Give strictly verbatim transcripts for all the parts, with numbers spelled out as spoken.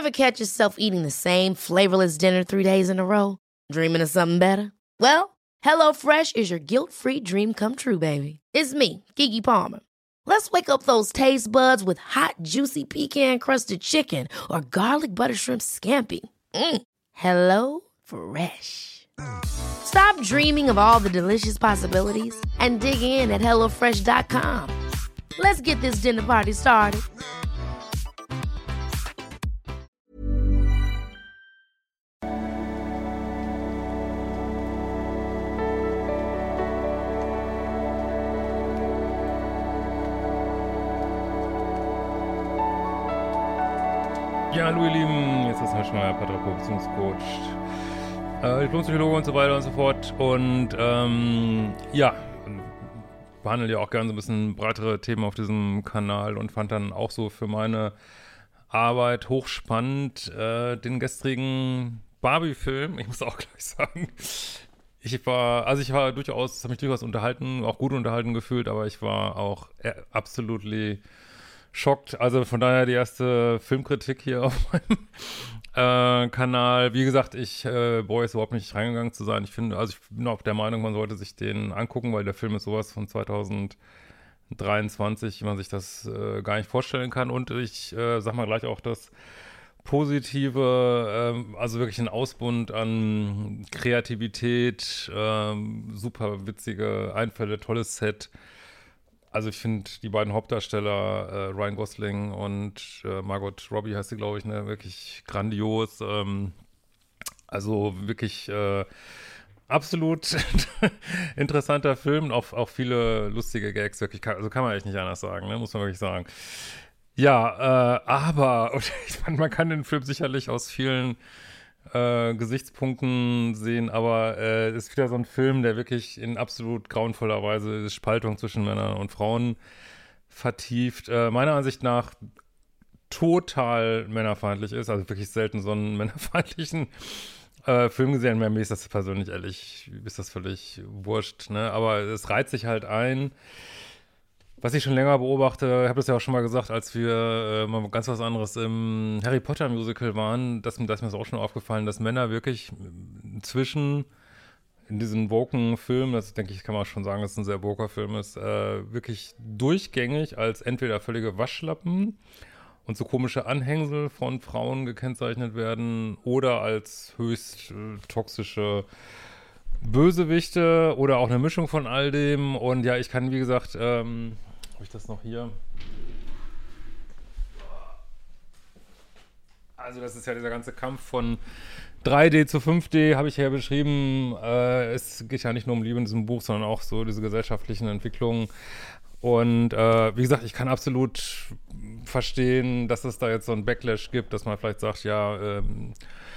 Ever catch yourself eating the same flavorless dinner three days in a row? Dreaming of something better? Well, HelloFresh is your guilt-free dream come true, baby. It's me, Keke Palmer. Let's wake up those taste buds with hot, juicy pecan-crusted chicken or garlic butter shrimp scampi. Mm. Hello Fresh. Stop dreaming of all the delicious possibilities and dig in at hello fresh dot com. Let's get this dinner party started. Ja, hallo ihr Lieben, jetzt ist Herr Schmeier, Paartherapeut, Beziehungscoach, äh, Diplompsychologe und so weiter und so fort. Und ähm, ja, behandle ja auch gerne so ein bisschen breitere Themen auf diesem Kanal und fand dann auch so für meine Arbeit hochspannend äh, den gestrigen Barbie-Film. Ich muss auch gleich sagen, ich war, also ich war durchaus, es hat mich durchaus unterhalten, auch gut unterhalten gefühlt, aber ich war auch äh, absolutely schockt. Also von daher die erste Filmkritik hier auf meinem äh, Kanal. Wie gesagt, ich äh, bereue es überhaupt nicht reingegangen zu sein. Ich finde, also ich bin auch der Meinung, man sollte sich den angucken, weil der Film ist sowas von zwanzig dreiundzwanzig, wie man sich das äh, gar nicht vorstellen kann. Und ich äh, sag mal gleich auch das Positive, äh, also wirklich ein Ausbund an Kreativität, äh, super witzige Einfälle, tolles Set. Also ich finde die beiden Hauptdarsteller, äh, Ryan Gosling und äh, Margot Robbie heißt sie, glaube ich, ne, wirklich grandios. Ähm, also wirklich äh, absolut interessanter Film, auch, auch viele lustige Gags, wirklich, kann, also kann man echt nicht anders sagen, ne, muss man wirklich sagen. Ja, äh, aber und ich meine, man kann den Film sicherlich aus vielen Äh, Gesichtspunkten sehen, aber äh, es ist wieder so ein Film, der wirklich in absolut grauenvoller Weise die Spaltung zwischen Männern und Frauen vertieft. Äh, meiner Ansicht nach total männerfeindlich ist, also wirklich selten so einen männerfeindlichen äh, Film gesehen. Mir ist das persönlich ehrlich, ist das völlig wurscht, ne? Aber es reiht sich halt ein. Was ich schon länger beobachte, ich habe das ja auch schon mal gesagt, als wir äh, mal ganz was anderes im Harry Potter Musical waren, dass, dass mir das auch schon aufgefallen, dass Männer wirklich inzwischen in diesen woken Filmen, das denke ich, kann man schon sagen, dass es ein sehr woker Film ist, äh, wirklich durchgängig als entweder völlige Waschlappen und so komische Anhängsel von Frauen gekennzeichnet werden oder als höchst äh, toxische Bösewichte oder auch eine Mischung von all dem. Und ja, ich kann, wie gesagt, ähm, habe ich das noch hier? Also das ist ja dieser ganze Kampf von drei D zu fünf D, habe ich ja beschrieben. Äh, es geht ja nicht nur um Liebe in diesem Buch, sondern auch so diese gesellschaftlichen Entwicklungen. Und äh, wie gesagt, ich kann absolut verstehen, dass es da jetzt so einen Backlash gibt, dass man vielleicht sagt, ja, ähm,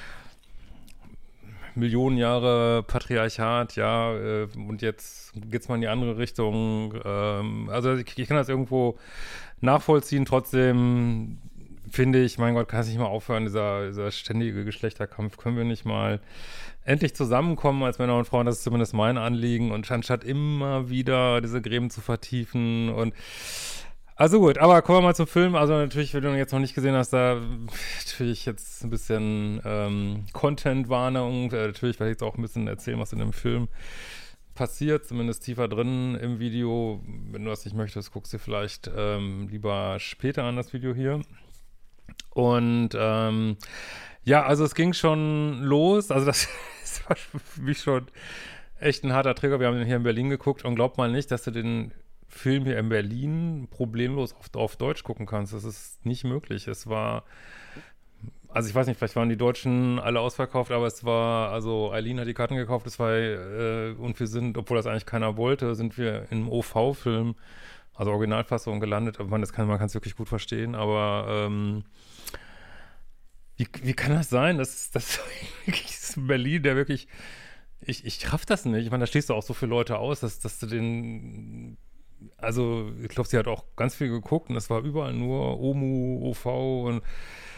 Millionen Jahre Patriarchat, ja, äh, und jetzt geht's mal in die andere Richtung. Ähm, also ich, ich kann das irgendwo nachvollziehen. Trotzdem finde ich, mein Gott, kann es nicht mal aufhören, dieser, dieser ständige Geschlechterkampf. Können wir nicht mal endlich zusammenkommen als Männer und Frauen? Das ist zumindest mein Anliegen. Und anstatt immer wieder diese Gräben zu vertiefen und also gut, aber kommen wir mal zum Film. Also natürlich, wenn du jetzt noch nicht gesehen hast, da natürlich jetzt ein bisschen ähm, Content-Warnung. Äh, natürlich werde ich jetzt auch ein bisschen erzählen, was in dem Film passiert, zumindest tiefer drin im Video. Wenn du das nicht möchtest, guckst du dir vielleicht ähm, lieber später an das Video hier. Und ähm, ja, also es ging schon los. Also das, das war für mich schon echt ein harter Trigger. Wir haben den hier in Berlin geguckt und glaubt mal nicht, dass du den Film hier in Berlin problemlos auf, auf Deutsch gucken kannst. Das ist nicht möglich. Es war, also ich weiß nicht, vielleicht waren die Deutschen alle ausverkauft, aber es war, also Eileen hat die Karten gekauft, es war, äh, und wir sind, obwohl das eigentlich keiner wollte, sind wir im O V-Film, also Originalfassung gelandet. Aber man, das kann, man kann es wirklich gut verstehen, aber ähm, wie, wie kann das sein, dass das ist in Berlin, der wirklich, ich, ich raff das nicht. Ich meine, da stehst du auch so viele Leute aus, dass, dass du den, also ich glaube, sie hat auch ganz viel geguckt und es war überall nur Omu, O V und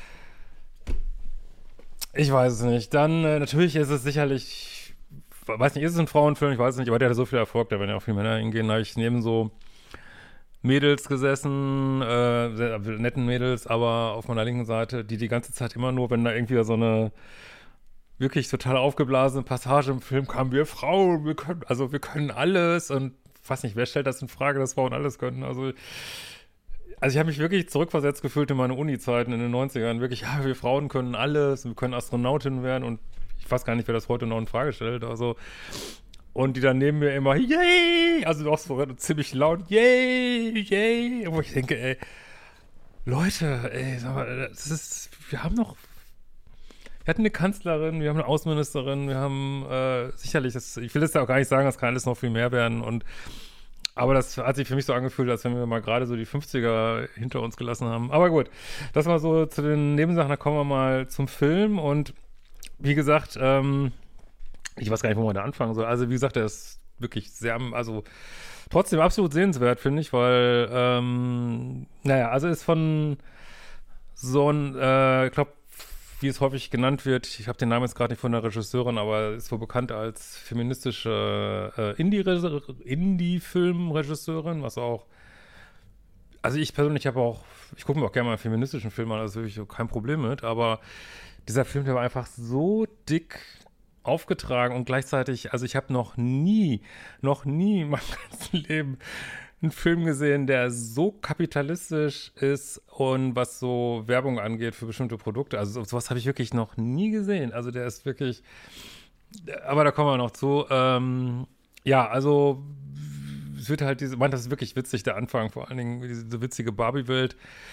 ich weiß es nicht. Dann, äh, natürlich ist es sicherlich, weiß nicht, ist es ein Frauenfilm, ich weiß es nicht, aber der hatte so viel Erfolg, da werden ja auch viele Männer hingehen. Da habe ich neben so Mädels gesessen, äh, sehr, netten Mädels, aber auf meiner linken Seite, die die ganze Zeit immer nur, wenn da irgendwie so eine wirklich total aufgeblasene Passage im Film kam, wir Frauen, wir können, also wir können alles und ich weiß nicht, wer stellt das in Frage, dass Frauen alles können, also also ich habe mich wirklich zurückversetzt gefühlt in meine Uni-Zeiten in den neunzigern, wirklich, ja, wir Frauen können alles, wir können Astronautinnen werden und ich weiß gar nicht, wer das heute noch in Frage stellt, also und die dann neben mir immer, yay, also auch so ziemlich laut, yay, yay, wo ich denke, ey, Leute, ey, sag mal, das ist, wir haben noch, wir hatten eine Kanzlerin, wir haben eine Außenministerin, wir haben äh, sicherlich, das, ich will das ja auch gar nicht sagen, das kann alles noch viel mehr werden und aber das hat sich für mich so angefühlt, als wenn wir mal gerade so die fünfziger hinter uns gelassen haben. Aber gut, das war so zu den Nebensachen, da kommen wir mal zum Film und wie gesagt, ähm, ich weiß gar nicht, wo man da anfangen soll. Also wie gesagt, der ist wirklich sehr, also trotzdem absolut sehenswert, finde ich, weil, ähm, naja, also ist von so ein, äh, ich glaube, wie es häufig genannt wird, ich habe den Namen jetzt gerade nicht von der Regisseurin, aber ist wohl bekannt als feministische äh, Indie-Film-Regisseurin, was auch, also ich persönlich habe auch, ich gucke mir auch gerne mal einen feministischen Film an, also wirklich kein Problem mit, aber dieser Film, der war einfach so dick aufgetragen und gleichzeitig, also ich habe noch nie, noch nie in meinem ganzen Leben einen Film gesehen, der so kapitalistisch ist und was so Werbung angeht für bestimmte Produkte. Also sowas habe ich wirklich noch nie gesehen. Also der ist wirklich, aber da kommen wir noch zu. Ähm, ja, also es wird halt diese, man, das ist wirklich witzig, der Anfang, vor allen Dingen diese witzige Barbie-Welt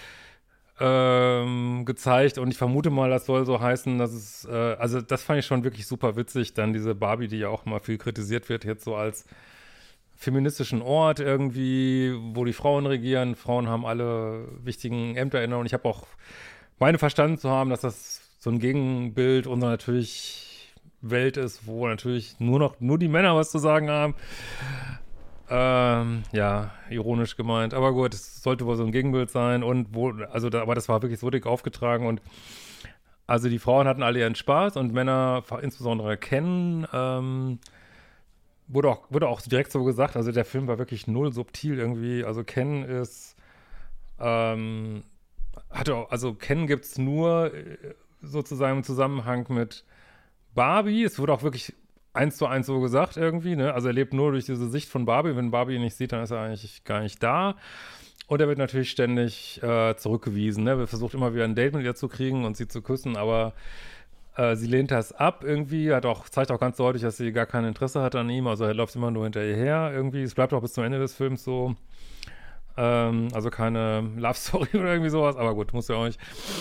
ähm, gezeigt und ich vermute mal, das soll so heißen, dass es, äh, also das fand ich schon wirklich super witzig, dann diese Barbie, die ja auch mal viel kritisiert wird, jetzt so als feministischen Ort irgendwie, wo die Frauen regieren. Frauen haben alle wichtigen Ämter inne und ich habe auch meine verstanden zu haben, dass das so ein Gegenbild unserer natürlich Welt ist, wo natürlich nur noch nur die Männer was zu sagen haben. Ähm, ja, ironisch gemeint. Aber gut, es sollte wohl so ein Gegenbild sein und wo, also da, aber das war wirklich so dick aufgetragen und also die Frauen hatten alle ihren Spaß und Männer, insbesondere Ken, ähm, Wurde auch, wurde auch direkt so gesagt, also der Film war wirklich null subtil irgendwie. Also Ken ist, ähm, hatte auch, also Ken gibt es nur äh, sozusagen im Zusammenhang mit Barbie. Es wurde auch wirklich eins zu eins so gesagt irgendwie, ne? Also er lebt nur durch diese Sicht von Barbie. Wenn Barbie ihn nicht sieht, dann ist er eigentlich gar nicht da. Und er wird natürlich ständig äh, zurückgewiesen, ne? Er versucht immer wieder ein Date mit ihr zu kriegen und sie zu küssen, aber Äh, sie lehnt das ab irgendwie, hat auch, zeigt auch ganz deutlich, dass sie gar kein Interesse hat an ihm, also er läuft immer nur hinter ihr her irgendwie, es bleibt auch bis zum Ende des Films so, ähm, also keine Love Story oder irgendwie sowas, aber gut, muss ja auch nicht.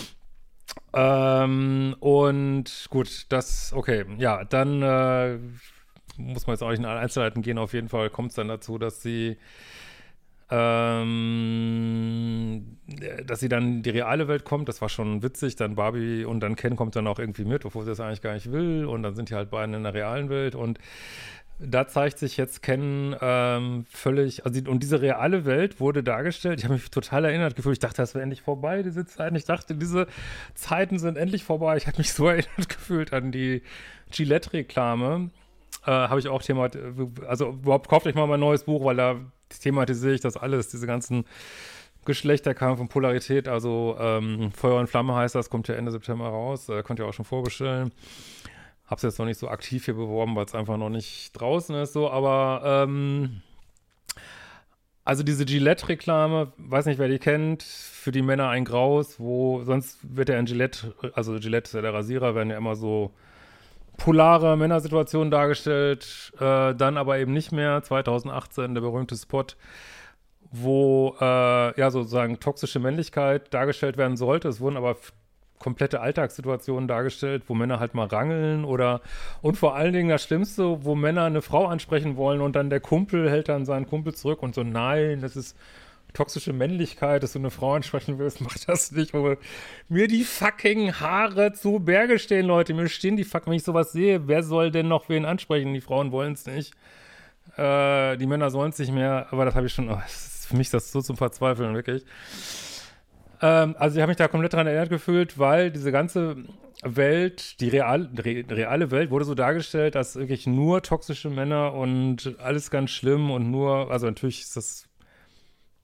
Ähm, und gut, das, okay, ja, dann äh, muss man jetzt auch nicht in alle Einzelheiten gehen, auf jeden Fall kommt es dann dazu, dass sie Ähm, dass sie dann in die reale Welt kommt, das war schon witzig, dann Barbie und dann Ken kommt dann auch irgendwie mit, obwohl sie das eigentlich gar nicht will und dann sind die halt beide in der realen Welt und da zeigt sich jetzt Ken ähm, völlig, also die, und diese reale Welt wurde dargestellt, ich habe mich total erinnert gefühlt, ich dachte, das wäre endlich vorbei, diese Zeiten, ich dachte, diese Zeiten sind endlich vorbei, ich habe mich so erinnert gefühlt an die Gillette-Reklame, äh, habe ich auch Thema, also überhaupt kauft euch mal mein neues Buch, weil da thematisiere ich das alles, diese ganzen Geschlechterkampf und Polarität, also ähm, Feuer und Flamme heißt das, kommt ja Ende September raus, äh, könnt ihr auch schon vorbestellen. Hab's jetzt noch nicht so aktiv hier beworben, weil es einfach noch nicht draußen ist, so, aber ähm, also diese Gillette-Reklame, weiß nicht, wer die kennt, für die Männer ein Graus, wo, sonst wird ja in Gillette, also Gillette ist ja der Rasierer, werden ja immer so polare Männersituation dargestellt, äh, dann aber eben nicht mehr. zweitausendachtzehn der berühmte Spot, wo äh, ja sozusagen toxische Männlichkeit dargestellt werden sollte. Es wurden aber f- komplette Alltagssituationen dargestellt, wo Männer halt mal rangeln oder und vor allen Dingen das Schlimmste, wo Männer eine Frau ansprechen wollen und dann der Kumpel hält dann seinen Kumpel zurück und so, nein, das ist toxische Männlichkeit, dass du eine Frau ansprechen willst, mach das nicht, wo mir die fucking Haare zu Berge stehen, Leute, mir stehen die fucking, wenn ich sowas sehe, wer soll denn noch wen ansprechen? Die Frauen wollen es nicht, äh, die Männer sollen es nicht mehr, aber das habe ich schon, oh, das ist, für mich ist das so zum Verzweifeln, wirklich. Ähm, also ich habe mich da komplett daran erinnert gefühlt, weil diese ganze Welt, die real, re, reale Welt wurde so dargestellt, dass wirklich nur toxische Männer und alles ganz schlimm und nur, also natürlich ist das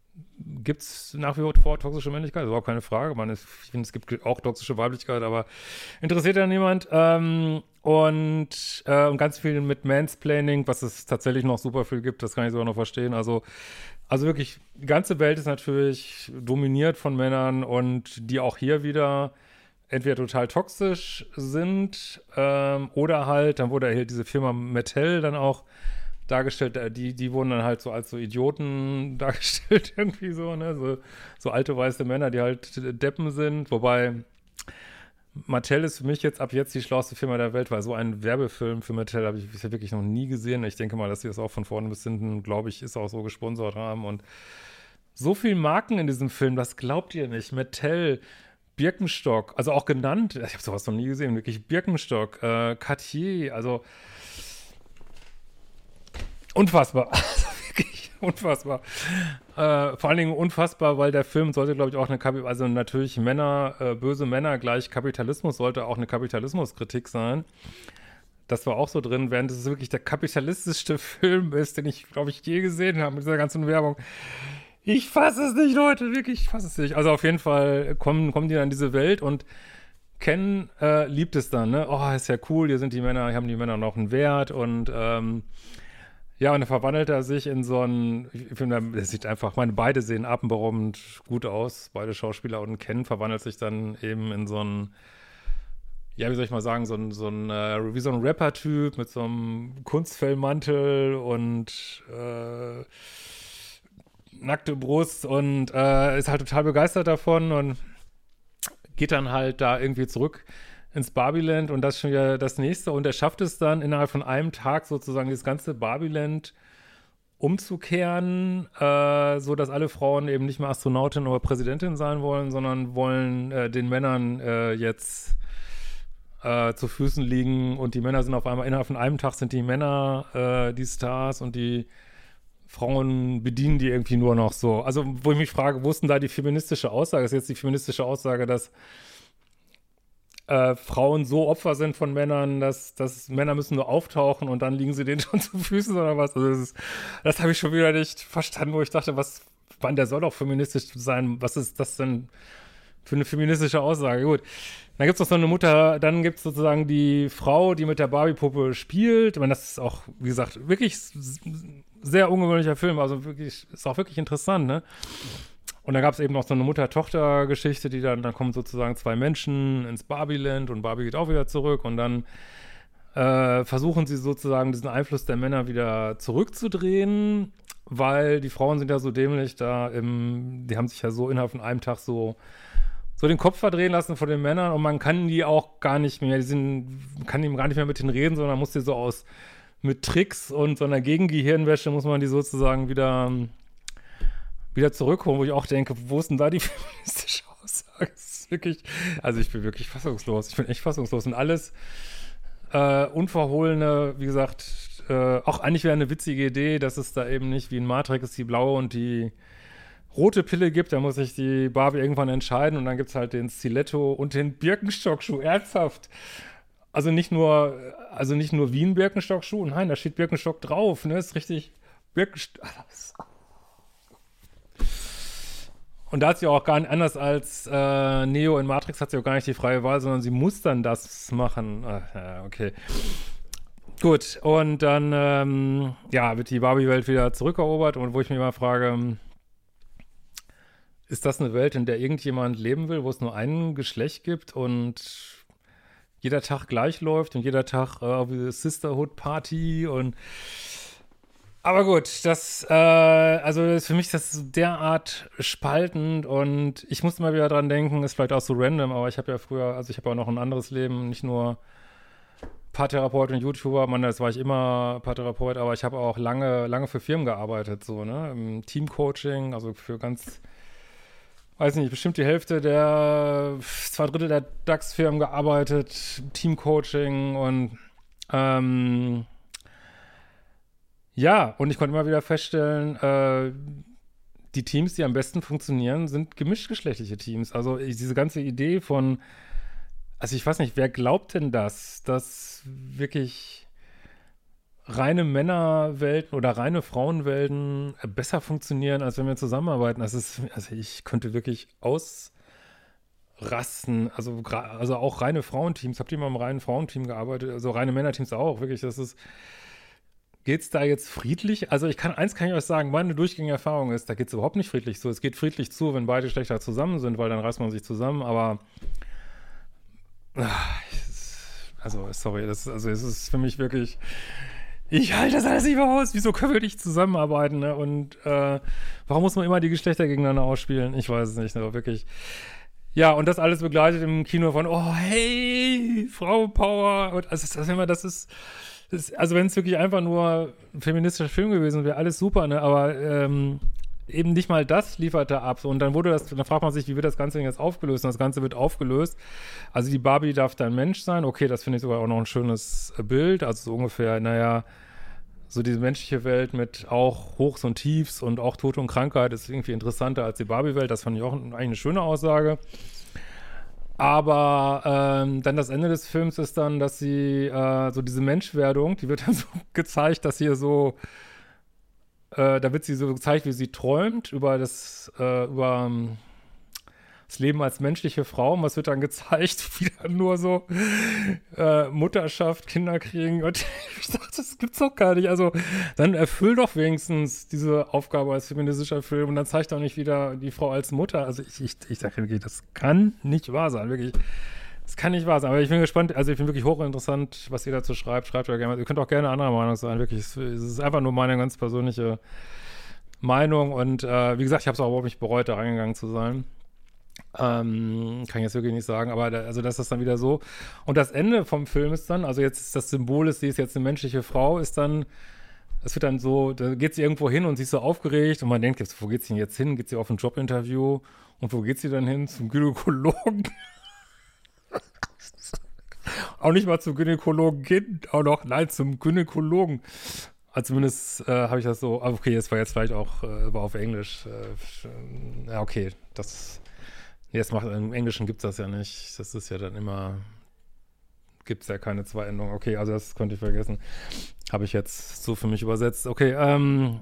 gibt es nach wie vor toxische Männlichkeit, überhaupt keine Frage. Man ist, ich finde, es gibt auch toxische Weiblichkeit, aber interessiert ja niemand. Ähm, und, äh, und ganz viel mit Mansplaining, was es tatsächlich noch super viel gibt, das kann ich sogar noch verstehen. Also, also wirklich, die ganze Welt ist natürlich dominiert von Männern und die auch hier wieder entweder total toxisch sind ähm, oder halt, dann wurde halt diese Firma Mattel dann auch dargestellt, die, die wurden dann halt so als so Idioten dargestellt irgendwie so, ne, so, so alte weiße Männer, die halt Deppen sind, wobei Mattel ist für mich jetzt ab jetzt die schlauste Firma der Welt, weil so einen Werbefilm für Mattel habe ich bisher wirklich noch nie gesehen. Ich denke mal, dass sie das auch von vorne bis hinten, glaube ich, ist auch so gesponsert haben und so viele Marken in diesem Film, das glaubt ihr nicht. Mattel, Birkenstock, also auch genannt, ich habe sowas noch nie gesehen, wirklich Birkenstock, äh, Cartier, also unfassbar, also wirklich unfassbar. Äh, vor allen Dingen unfassbar, weil der Film sollte, glaube ich, auch eine, Kap- also natürlich Männer, äh, böse Männer gleich Kapitalismus, sollte auch eine Kapitalismuskritik sein. Das war auch so drin, während es wirklich der kapitalistischste Film ist, den ich, glaube ich, je gesehen habe mit dieser ganzen Werbung. Ich fasse es nicht, Leute, wirklich, ich fasse es nicht. Also auf jeden Fall kommen, kommen die dann in diese Welt und Ken äh, liebt es dann, ne? Oh, ist ja cool, hier sind die Männer, hier haben die Männer noch einen Wert und ähm, ja, und dann verwandelt er sich in so einen, ich finde, der sieht einfach, meine, beide sehen atemberaubend gut aus, beide Schauspieler, und Ken verwandelt sich dann eben in so einen, ja, wie soll ich mal sagen, so ein, so ein äh, wie so ein Rapper-Typ mit so einem Kunstfellmantel und äh, nackte Brust und äh, ist halt total begeistert davon und geht dann halt da irgendwie zurück ins Barbieland und das ist schon wieder das nächste und er schafft es dann innerhalb von einem Tag sozusagen das ganze Barbieland umzukehren, äh, so dass alle Frauen eben nicht mehr Astronautin oder Präsidentin sein wollen, sondern wollen äh, den Männern äh, jetzt äh, zu Füßen liegen und die Männer sind auf einmal, innerhalb von einem Tag sind die Männer äh, die Stars und die Frauen bedienen die irgendwie nur noch so. Also, wo ich mich frage, wo ist denn da die feministische Aussage? Ist jetzt die feministische Aussage, dass äh, Frauen so Opfer sind von Männern, dass, dass Männer müssen nur auftauchen und dann liegen sie denen schon zu Füßen oder was? Also, das, ist- das habe ich schon wieder nicht verstanden, wo ich dachte, was, Mann, der soll doch feministisch sein. Was ist das denn für eine feministische Aussage? Gut. Dann gibt es noch so eine Mutter, dann gibt es sozusagen die Frau, die mit der Barbie-Puppe spielt. Ich meine, das ist auch, wie gesagt, wirklich s- sehr ungewöhnlicher Film. Also wirklich, ist auch wirklich interessant, ne? Und dann gab es eben noch so eine Mutter-Tochter-Geschichte, die dann, dann kommen sozusagen zwei Menschen ins Barbie-Land und Barbie geht auch wieder zurück und dann äh, versuchen sie sozusagen diesen Einfluss der Männer wieder zurückzudrehen, weil die Frauen sind ja so dämlich da im, die haben sich ja so innerhalb von einem Tag so so den Kopf verdrehen lassen von den Männern und man kann die auch gar nicht mehr, die sind, man kann eben gar nicht mehr mit denen reden, sondern muss die so aus, mit Tricks und so einer Gegengehirnwäsche muss man die sozusagen wieder, wieder zurückholen, wo ich auch denke, wo ist denn da die feministische Aussage? Das ist wirklich, also ich bin wirklich fassungslos, ich bin echt fassungslos und alles äh, unverhohlene, wie gesagt, äh, auch eigentlich wäre eine witzige Idee, dass es da eben nicht wie in Matrix die blaue und die rote Pille gibt, da muss sich die Barbie irgendwann entscheiden und dann gibt es halt den Stiletto und den Birkenstock-Schuh. Ernsthaft. Also nicht nur, also nicht nur wie ein Birkenstock-Schuh, nein, da steht Birkenstock drauf, ne, ist richtig Birkenstock. Und da hat sie auch gar nicht, anders als äh, Neo in Matrix, hat sie auch gar nicht die freie Wahl, sondern sie muss dann das machen. Ach, ja, okay. Gut, und dann, ähm, ja, wird die Barbie-Welt wieder zurückerobert und wo ich mich mal frage, ist das eine Welt, in der irgendjemand leben will, wo es nur ein Geschlecht gibt und jeder Tag gleich läuft und jeder Tag äh, wie Sisterhood-Party und aber gut, das, äh, also ist für mich das derart spaltend und ich muss mal wieder dran denken, ist vielleicht auch so random, aber ich habe ja früher, also ich habe auch noch ein anderes Leben, nicht nur Paartherapeut und YouTuber, man, das war ich immer Paartherapeut, aber ich habe auch lange, lange für Firmen gearbeitet, so, ne, im Teamcoaching, also für ganz weiß nicht, bestimmt die Hälfte der, zwei Drittel der DAX-Firmen gearbeitet, Teamcoaching und ähm, ja, und ich konnte immer wieder feststellen, äh, die Teams, die am besten funktionieren, sind gemischtgeschlechtliche Teams. Also ich, diese ganze Idee von, also ich weiß nicht, wer glaubt denn das, dass wirklich reine Männerwelten oder reine Frauenwelten besser funktionieren, als wenn wir zusammenarbeiten. Das ist, also ich könnte wirklich ausrasten. Also, also auch reine Frauenteams. Habt ihr mal im reinen Frauenteam gearbeitet? Also reine Männerteams auch, wirklich. Das ist, geht's da jetzt friedlich? Also ich kann, eins kann ich euch sagen, meine durchgängige Erfahrung ist, da geht's überhaupt nicht friedlich zu. Es geht friedlich zu, wenn beide Geschlechter zusammen sind, weil dann reißt man sich zusammen, aber ach, also, sorry, das, also es ist für mich wirklich, ich halte das alles nicht mehr aus. Wieso können wir nicht zusammenarbeiten? Ne? Und äh, warum muss man immer die Geschlechter gegeneinander ausspielen? Ich weiß es nicht, aber wirklich. Ja, und das alles begleitet im Kino von, oh, hey, Frauenpower. Und also, das, das, das ist, das ist also wenn es wirklich einfach nur ein feministischer Film gewesen wäre, alles super, ne? Aber ähm, eben nicht mal das lieferte ab. Und dann wurde das, dann fragt man sich, wie wird das Ganze denn jetzt aufgelöst? Und das Ganze wird aufgelöst. Also die Barbie darf dann Mensch sein. Okay, das finde ich sogar auch noch ein schönes Bild. Also so ungefähr, naja, so diese menschliche Welt mit auch Hochs und Tiefs und auch Tod und Krankheit ist irgendwie interessanter als die Barbie-Welt. Das fand ich auch eigentlich eine schöne Aussage. Aber ähm, dann das Ende des Films ist dann, dass sie äh, so diese Menschwerdung, die wird dann so gezeigt, dass hier so Äh, da wird sie so gezeigt, wie sie träumt über das, äh, über um, das Leben als menschliche Frau. Und was wird dann gezeigt? Wieder nur so äh, Mutterschaft, Kinder kriegen. Und ich dachte, das gibt's doch gar nicht. Also dann erfüll doch wenigstens diese Aufgabe als feministischer Film und dann zeigt doch nicht wieder die Frau als Mutter. Also ich, ich, ich sage wirklich, das kann nicht wahr sein, wirklich. Das kann nicht wahr sein, aber ich bin gespannt, also ich bin wirklich hochinteressant, was ihr dazu schreibt. Schreibt euch gerne, ihr könnt auch gerne anderer Meinung sein, wirklich. Es ist einfach nur meine ganz persönliche Meinung und äh, wie gesagt, ich habe es auch überhaupt nicht bereut, da reingegangen zu sein. Ähm, kann ich jetzt wirklich nicht sagen, aber da, also das ist dann wieder so. Und das Ende vom Film ist dann, also jetzt ist das Symbol, ist, sie ist jetzt eine menschliche Frau, ist dann, es wird dann so, da geht sie irgendwo hin und sie ist so aufgeregt und man denkt, jetzt, wo geht sie denn jetzt hin? Geht sie auf ein Jobinterview und wo geht sie dann hin? Zum Gynäkologen? Auch nicht mal zum Gynäkologen gehen, auch noch, nein, zum Gynäkologen. Also zumindest äh, habe ich das so, okay, das war jetzt vielleicht auch, äh, war auf Englisch. Äh, ja, okay, das, nee, das macht, im Englischen gibt es das ja nicht. Das ist ja dann immer, gibt es ja keine zwei Endungen. Okay, also das konnte ich vergessen. Habe ich jetzt so für mich übersetzt. Okay, ähm,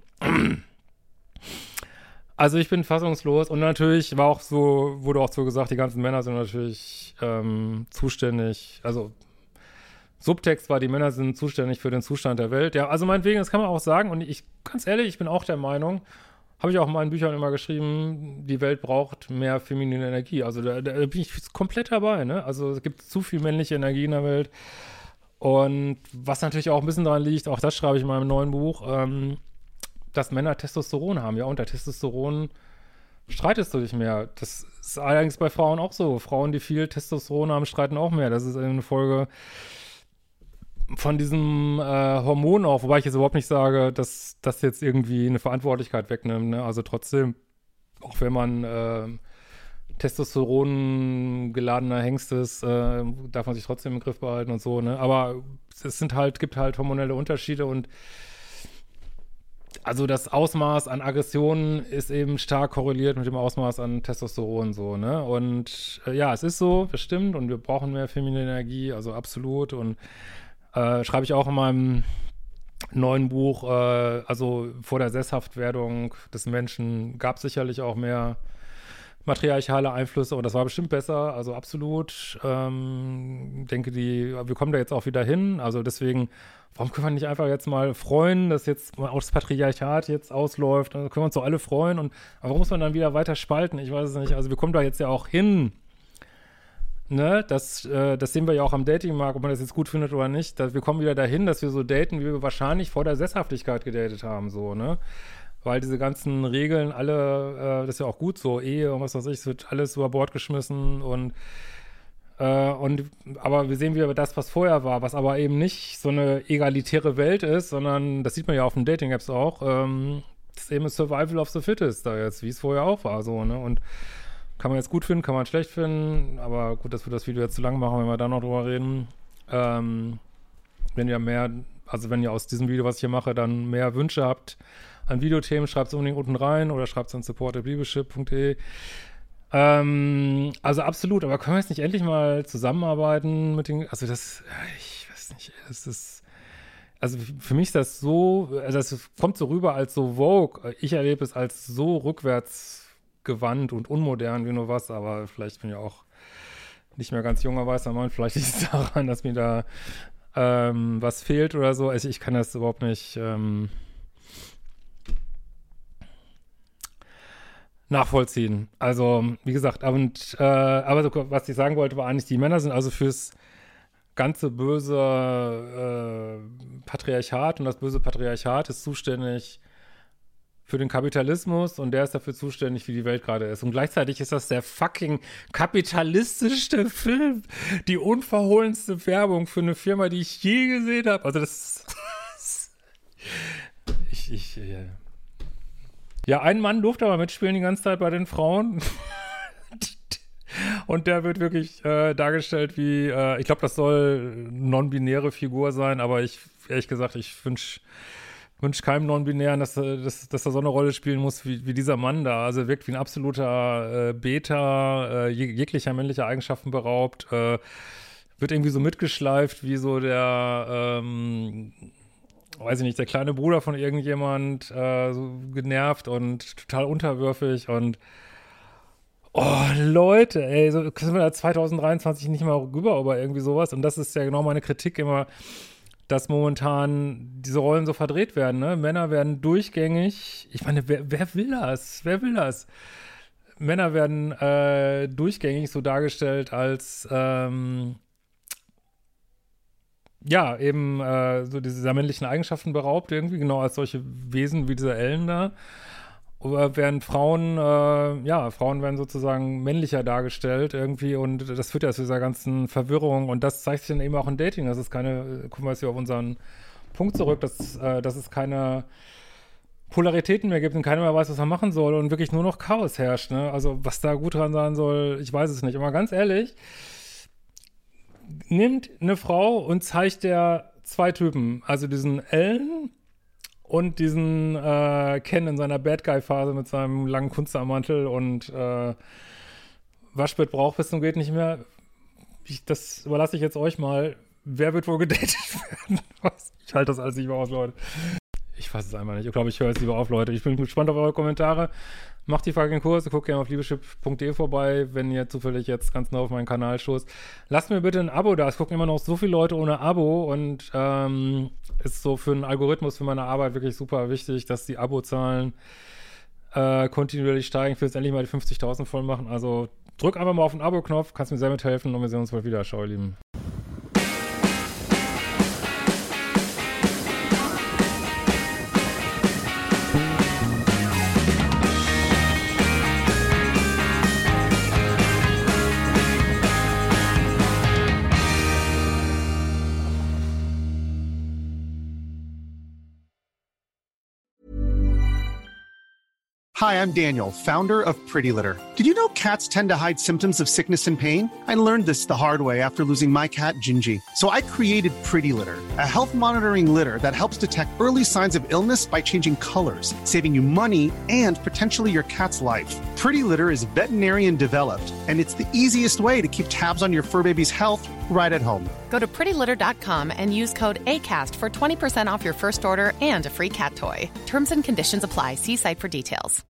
also ich bin fassungslos und natürlich war auch so, wurde auch so gesagt, die ganzen Männer sind natürlich ähm, zuständig, also Subtext war, die Männer sind zuständig für den Zustand der Welt. Ja, also meinetwegen, das kann man auch sagen und ich, ganz ehrlich, ich bin auch der Meinung, habe ich auch in meinen Büchern immer geschrieben, die Welt braucht mehr feminine Energie. Also da, da bin ich komplett dabei, ne? Also es gibt zu viel männliche Energie in der Welt und was natürlich auch ein bisschen daran liegt, auch das schreibe ich in meinem neuen Buch, ähm, dass Männer Testosteron haben, ja, unter Testosteron streitest du dich mehr. Das ist allerdings bei Frauen auch so. Frauen, die viel Testosteron haben, streiten auch mehr. Das ist eine Folge von diesem äh, Hormon auch, wobei ich jetzt überhaupt nicht sage, dass das jetzt irgendwie eine Verantwortlichkeit wegnimmt, ne? Also trotzdem, auch wenn man äh, Testosteron geladener Hengst ist, äh, darf man sich trotzdem im Griff behalten und so, ne? Aber es sind halt, gibt halt hormonelle Unterschiede und also das Ausmaß an Aggressionen ist eben stark korreliert mit dem Ausmaß an Testosteron so, ne? Und äh, ja, es ist so, bestimmt, und wir brauchen mehr feminine Energie, also absolut. Und äh, schreibe ich auch in meinem neuen Buch, äh, also vor der Sesshaftwerdung des Menschen gab es sicherlich auch mehr matriarchale Einflüsse und das war bestimmt besser, also absolut. Ähm, denke, die, wir kommen da jetzt auch wieder hin, also deswegen, warum können wir nicht einfach jetzt mal freuen, dass jetzt auch das Patriarchat jetzt ausläuft, dann können wir uns doch alle freuen und aber warum muss man dann wieder weiter spalten? Ich weiß es nicht, also wir kommen da jetzt ja auch hin, ne, das, äh, das sehen wir ja auch am Datingmarkt, ob man das jetzt gut findet oder nicht, dass wir kommen wieder dahin, dass wir so daten, wie wir wahrscheinlich vor der Sesshaftigkeit gedatet haben, so, ne, weil diese ganzen Regeln alle, äh, das ist ja auch gut so, Ehe und was weiß ich, es wird alles über Bord geschmissen und äh, und, aber wir sehen wieder das, was vorher war, was aber eben nicht so eine egalitäre Welt ist, sondern, das sieht man ja auf den Dating-Apps auch, ähm, das ist eben ein Survival of the Fittest da jetzt, wie es vorher auch war, so, ne, und kann man jetzt gut finden, kann man schlecht finden, aber gut, dass wir das Video jetzt zu lang machen, wenn wir da noch drüber reden. Ähm, wenn ihr mehr, also wenn ihr aus diesem Video, was ich hier mache, dann mehr Wünsche habt an Videothemen, schreibt es unbedingt unten rein oder schreibt es an support at liebeschip punkt de. Ähm, also absolut, aber können wir jetzt nicht endlich mal zusammenarbeiten mit den, also das, ich weiß nicht, es ist, also für mich ist das so, also es kommt so rüber als so Vogue. Ich erlebe es als so rückwärtsgewandt und unmodern wie nur was, aber vielleicht bin ich auch nicht mehr ganz junger weißer Mann. Vielleicht liegt es daran, dass mir da ähm, was fehlt oder so. Also ich kann das überhaupt nicht ähm, nachvollziehen. Also, wie gesagt, und äh, aber so, was ich sagen wollte, war eigentlich, die Männer sind also fürs ganze böse äh, Patriarchat, und das böse Patriarchat ist zuständig für den Kapitalismus und der ist dafür zuständig, wie die Welt gerade ist. Und gleichzeitig ist das der fucking kapitalistischste Film, die unverhohlenste Werbung für eine Firma, die ich je gesehen habe. Also das ich, ich, ja. Ja, ein Mann durfte aber mitspielen die ganze Zeit bei den Frauen. Und der wird wirklich äh, dargestellt wie, äh, ich glaube, das soll eine non-binäre Figur sein, aber ich, ehrlich gesagt, ich wünsche wünsch keinem Non-Binären, dass, dass, dass er so eine Rolle spielen muss wie, wie dieser Mann da. Also er wirkt wie ein absoluter äh, Beta, äh, jeg- jeglicher männlicher Eigenschaften beraubt, äh, wird irgendwie so mitgeschleift wie so der, ähm, weiß ich nicht, der kleine Bruder von irgendjemand, äh, so genervt und total unterwürfig und oh, Leute, ey, so sind wir da zwanzig dreiundzwanzig nicht mal rüber über irgendwie sowas. Und das ist ja genau meine Kritik immer, dass momentan diese Rollen so verdreht werden, ne? Männer werden durchgängig, ich meine, wer, wer will das? Wer will das? Männer werden äh, durchgängig so dargestellt als, ähm, ja, eben äh, so dieser männlichen Eigenschaften beraubt irgendwie, genau als solche Wesen wie dieser Ellen da. Oder werden Frauen, äh, ja, Frauen werden sozusagen männlicher dargestellt irgendwie und das führt ja zu dieser ganzen Verwirrung und das zeigt sich dann eben auch im Dating. Das ist keine, gucken wir jetzt hier auf unseren Punkt zurück, dass, äh, dass es keine Polaritäten mehr gibt und keiner mehr weiß, was er machen soll und wirklich nur noch Chaos herrscht, ne? Also was da gut dran sein soll, ich weiß es nicht. Aber ganz ehrlich, nimmt eine Frau und zeigt der zwei Typen, also diesen Ellen und diesen äh, Ken in seiner Bad Guy-Phase mit seinem langen Kunstmantel und äh, Waschbett braucht bis zum geht nicht mehr. Ich, das überlasse ich jetzt euch mal. Wer wird wohl gedatet werden? Was? Ich halte das alles nicht mehr aus, Leute. Ich fasse es einfach nicht. Ich glaube, ich höre jetzt lieber auf, Leute. Ich bin gespannt auf eure Kommentare. Macht die fucking Kurse, guckt gerne auf liebeschip punkt de vorbei, wenn ihr zufällig jetzt ganz neu auf meinen Kanal stoßt. Lasst mir bitte ein Abo da. Es gucken immer noch so viele Leute ohne Abo und ähm, ist so für einen Algorithmus, für meine Arbeit wirklich super wichtig, dass die Abozahlen äh, kontinuierlich steigen. Ich will jetzt endlich mal die fünfzigtausend voll machen. Also drück einfach mal auf den Abo-Knopf, kannst mir sehr mithelfen und wir sehen uns bald wieder. Ciao, ihr Lieben. Hi, I'm Daniel, founder of Pretty Litter. Did you know cats tend to hide symptoms of sickness and pain? I learned this the hard way after losing my cat, Gingy. So I created Pretty Litter, a health monitoring litter that helps detect early signs of illness by changing colors, saving you money and potentially your cat's life. Pretty Litter is veterinarian developed, and it's the easiest way to keep tabs on your fur baby's health right at home. Go to pretty litter dot com and use code ACAST for twenty percent off your first order and a free cat toy. Terms and conditions apply. See site for details.